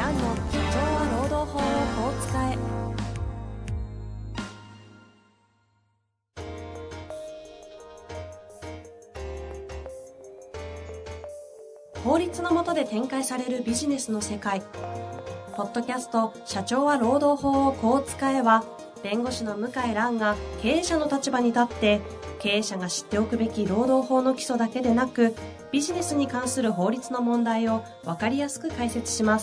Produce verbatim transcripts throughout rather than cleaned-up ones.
蘭の社長は労働法をこう使え。法律の下で展開されるビジネスの世界。ポッドキャスト社長は労働法をこう使えは、弁護士の向井蘭が経営者の立場に立って経営者が知っておくべき労働法の基礎だけでなく、ビジネスに関する法律の問題を分かりやすく解説します。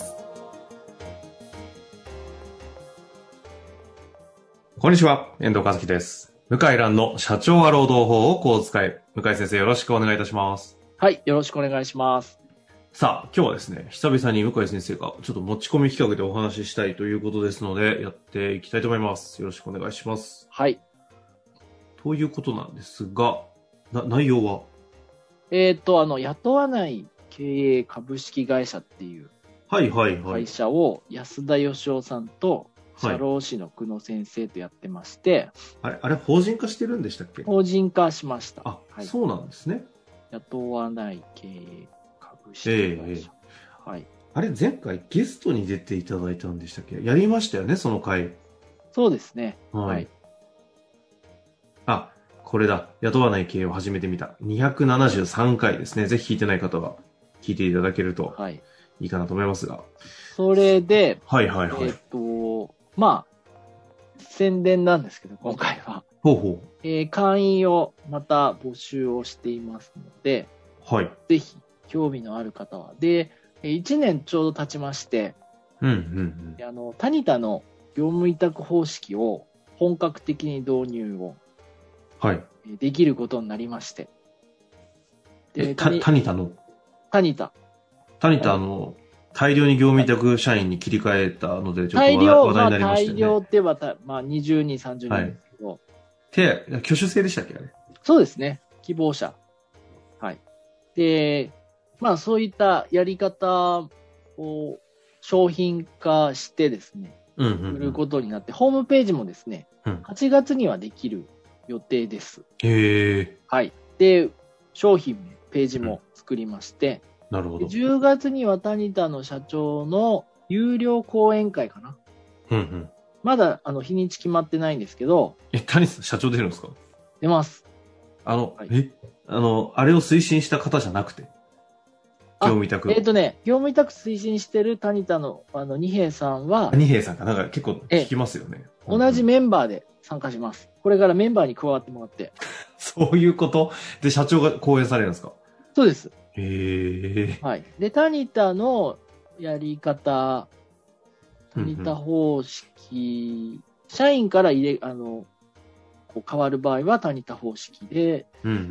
こんにちは、遠藤和樹です。向井蘭の社長は労働法をこう使え。向井先生、よろしくお願いいたします。 はい、よろしくお願いします。 さあ、今日はですね、久々に向井先生がちょっと持ち込み企画でお話ししたいということですので、やっていきたいと思います。よろしくお願いします。 はい。 ということなんですが、な内容はえっと、あの、雇わない経営株式会社っていうはいはいはい。 会社を安田義雄さんと社労士の久野先生とやってまして、 はい、あれ、あれ法人化してるんでしたっけ？ 法人化しました。 あ、 はい、 そうなんですね。 雇わない経営株式会社。えーはい。 あれ、前回ゲストに出ていただいたんでしたっけ？やりましたよね、その回。 そうですね。 はい。 はい、 あ、これだ。雇わない経営を始めてみた。にひゃくななじゅうさんかいですね。ぜひ聞いてない方は聞いていただけるといいかなと思いますが。はい、 それで、 はいはいはい。 えっと、まあ、宣伝なんですけど、今回は。 ほうほう。 えー、会員をまた募集をしていますので、 はい。 ぜひ、興味のある方は。で、いちねんちょうど経ちまして、 うんうんうん、 あの、タニタの業務委託方式を本格的に導入を、 はい。 できることになりまして。 え、タニタのタニタ。 タニタの大量に業務委託社員に切り替えたので、ちょっと大量、 話題になりましたよね。 まあ、大量っては、まあ、にじゅうにん、さんじゅうにんですけど。はい、 手、挙手制でしたっけあれ？ そうですね。希望者。はい。で、まあそういったやり方を商品化してですね、 うんうんうん、 売ることになって、ホームページもですね、うん、はちがつにはできる予定です。 へー。 はい。で、商品名、ページも作りまして、 うん、なるほど。 じゅうがつにはタニタの社長の有料講演会かな。 うんうん。 まだあの日にち決まってないんですけど。 え、タニタ社長出るんですか？ 出ます。 あの、はい、え、あの、あれを推進した方じゃなくて業務委託。 えっ、ー、とね、業務委託推進してるタニタの、あの、二平さんは。 二平さんかなんか結構聞きますよね。 同じメンバーで参加します。これからメンバーに加わってもらって。 そういうことで、社長が講演されるんですか？ そうです。 へー。 はい。で、タニタのやり方、タニタ方式、うんうん、社員から入れ、あの、こう変わる場合はタニタ方式で、 うんうんうん。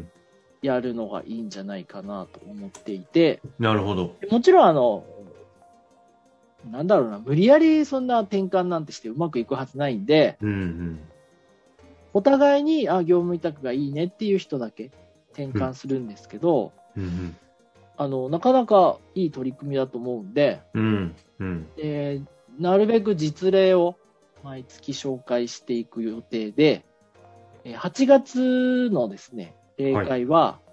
やるのがいいんじゃないかなと思っていて。 なるほど。 もちろんあの、なんだろうな、無理やりそんな転換なんてしてうまくいくはずないんで、 うんうん、 お互いに、あ、業務委託がいいねっていう人だけ転換するんですけど、 うんうん、 あの、なかなかいい取り組みだと思うんで、 うんうん、 でなるべく実例を毎月紹介していく予定で、はちがつのですね、例会は、はい、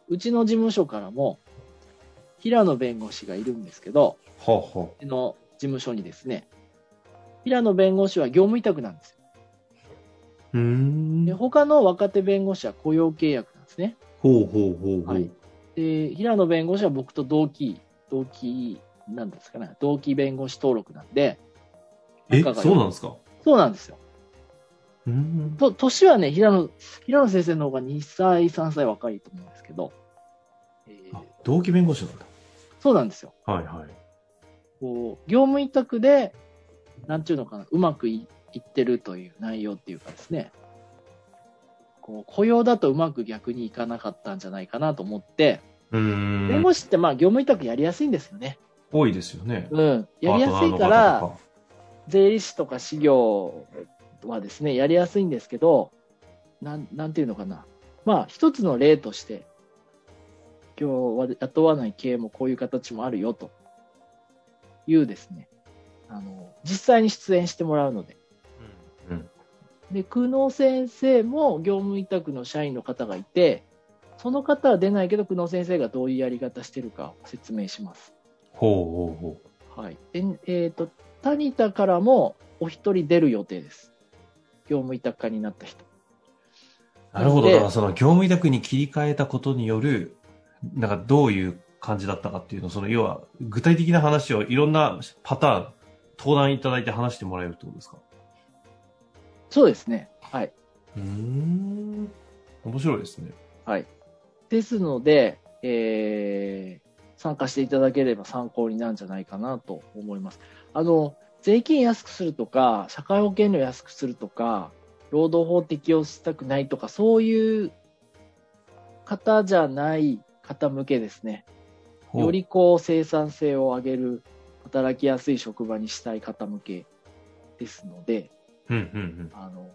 うちの事務所からも、平野弁護士がいるんですけど、 はあはあ、 うちの事務所にですね、平野弁護士は業務委託なんですよ。 うーんで他の若手弁護士は雇用契約なんですね。 ほうほうほうほう。はい、 で平野弁護士は僕と同期、同期、なんですかね、同期弁護士登録なんで。 え、そうなんですか？ そうなんですよ。 うーんと、年はね、平野、平野先生の方がにさい、さんさい若いと思うんですけど。 えー、同期弁護士なんだ。 そうなんですよ。 はいはい。 こう、業務委託で、なんていうのかな、うまくいってるという内容っていうかですね、こう雇用だとうまく逆にいかなかったんじゃないかなと思って、 うーん弁護士ってまあ業務委託やりやすいんですよね。 多いですよね。 うん。やりやすいから、税理士とか事業はですね、やりやすいんですけど、なん、なんていうのかな。まあ、一つの例として、今日は雇わない経営もこういう形もあるよというですね、あの、実際に出演してもらうので。 うんうん、 で、久野先生も業務委託の社員の方がいて、その方は出ないけど、久野先生がどういうやり方してるかを説明します。 ほうほうほはい。えっ、ー、と、タニタからもお一人出る予定です。業務委託化になった人。 なるほど。だからその業務委託に切り替えたことによる、なんかどういう感じだったかっていうのを、その要は具体的な話をいろんなパターン、登壇いただいて話してもらえるってことですか？ そうですね。はい。 うーん。面白いですね。 はい。ですので、えー、参加していただければ参考になるんじゃないかなと思います。あの、税金安くするとか、社会保険料安くするとか、労働法適用したくないとか、そういう方じゃない方向けですね。よりこう生産性を上げる、働きやすい職場にしたい方向けですので、 うんうんうん、 あの、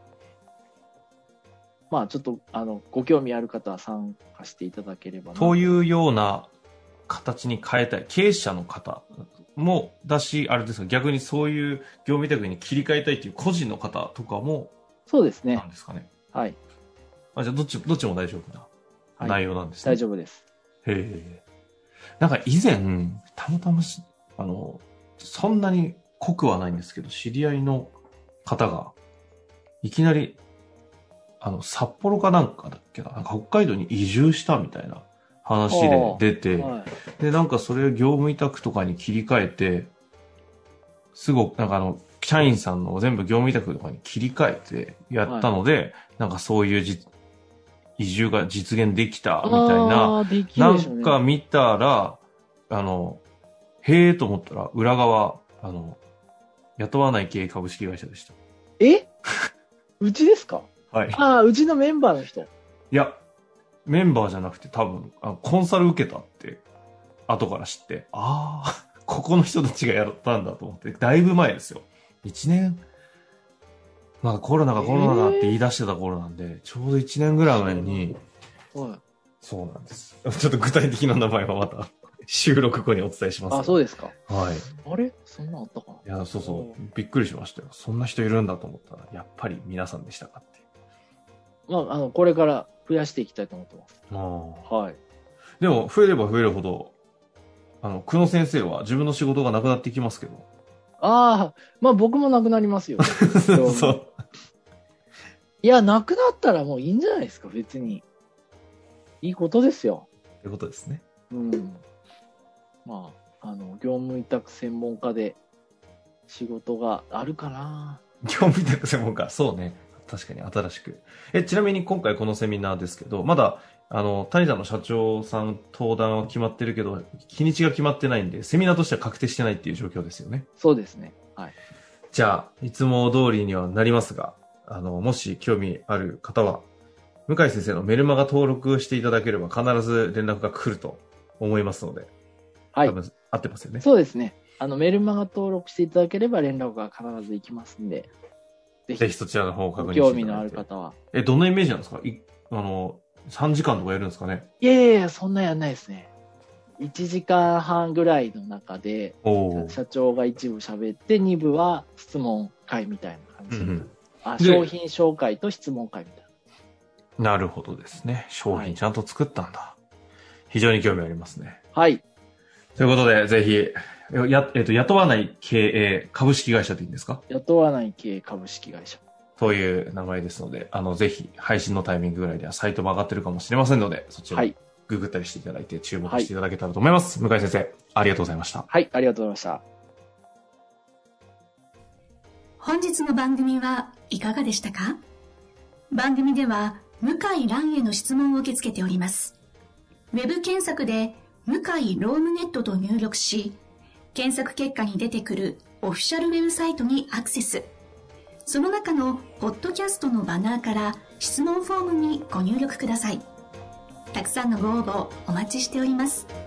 まあちょっと、あの、ご興味ある方は参加していただければな。 というような形に変えたい。経営者の方もだし、あれですか、逆にそういう業務委託に切り替えたいという個人の方とかも、 そうですね。 なんですかね。 はい。 あ、じゃあどっち、どっちも大丈夫な内容なんですね。 はい、大丈夫です。 へえ。なんか以前、たまたまし、あの、そんなに濃くはないんですけど、知り合いの方が、いきなり、あの、札幌かなんかだっけな、なんか北海道に移住したみたいな話で出て、はい、で、なんかそれを業務委託とかに切り替えて、すごく、なんかあの、社員さんの全部業務委託とかに切り替えてやったので、はい、なんかそういうじ移住が実現できたみたいな、ね、なんか見たら、あの、へえと思ったら、裏側、あの、雇わない系株式会社でした。 えうちですか？ はい。 ああ、うちのメンバーの人。 いや、メンバーじゃなくて多分、あコンサル受けたって、後から知って、ああ、ここの人たちがやったんだと思って、だいぶ前ですよ。いちねん、まあコロナがコロナだって言い出してた頃なんで、えー、ちょうどいちねんぐらい前に、はい、そうなんです。ちょっと具体的な名前はまた収録後にお伝えします。 あ、そうですか。 はい。 あれそんなあったかな。いや、そうそう。びっくりしましたよ。そんな人いるんだと思ったら、やっぱり皆さんでしたかって。 まあ、あの、これから増やしていきたいと思ってます。 あはい。 でも、増えれば増えるほど、あの、久野先生は自分の仕事がなくなってきますけど。 ああ、まあ僕もなくなりますよ。 そう。 いや、なくなったらもういいんじゃないですか、別に。いいことですよ。 ということですね。 うん。まあ、あの、業務委託専門家で仕事があるかな。 業務委託専門家、そうね。確かに新しく。え、ちなみに今回このセミナーですけど、まだ、あの、タニタの社長さん登壇は決まってるけど、日にちが決まってないんで、セミナーとしては確定してないっていう状況ですよね。 そうですね。はい。 じゃあ、いつも通りにはなりますが、あの、もし興味ある方は、向井先生のメルマガ登録していただければ必ず連絡が来ると思いますので。 はい。 多分合ってますよね。 そうですね。あの、メルマガ登録していただければ連絡が必ず行きますんで。 ぜひ、ぜひそちらの方を確認していただいて。 興味のある方は。 え、どんなイメージなんですか？い、あの、さんじかんとかやるんですかね？ いやいやいや、そんなやんないですね。いちじかんはんぐらいの中で、社長が一部喋って、に部は質問会みたいな感じ。うんうん、あ、商品紹介と質問会みたいな。なるほどですね。商品ちゃんと作ったんだ。はい、非常に興味ありますね。 はい。 ということで、ぜひ、や、えっと、雇わない経営株式会社でいいんですか？ 雇わない経営株式会社。 という名前ですので、あの、ぜひ、配信のタイミングぐらいではサイトも上がってるかもしれませんので、そちら、ググったりしていただいて注目していただけたらと思います。はい、向井先生、ありがとうございました。 はい、ありがとうございました。 本日の番組はいかがでしたか？番組では、向井蘭への質問を受け付けております。ウェブ検索で、向井ロームネットと入力し、検索結果に出てくるオフィシャルウェブサイトにアクセス。その中のポッドキャストのバナーから質問フォームにご入力ください。たくさんのご応募お待ちしております。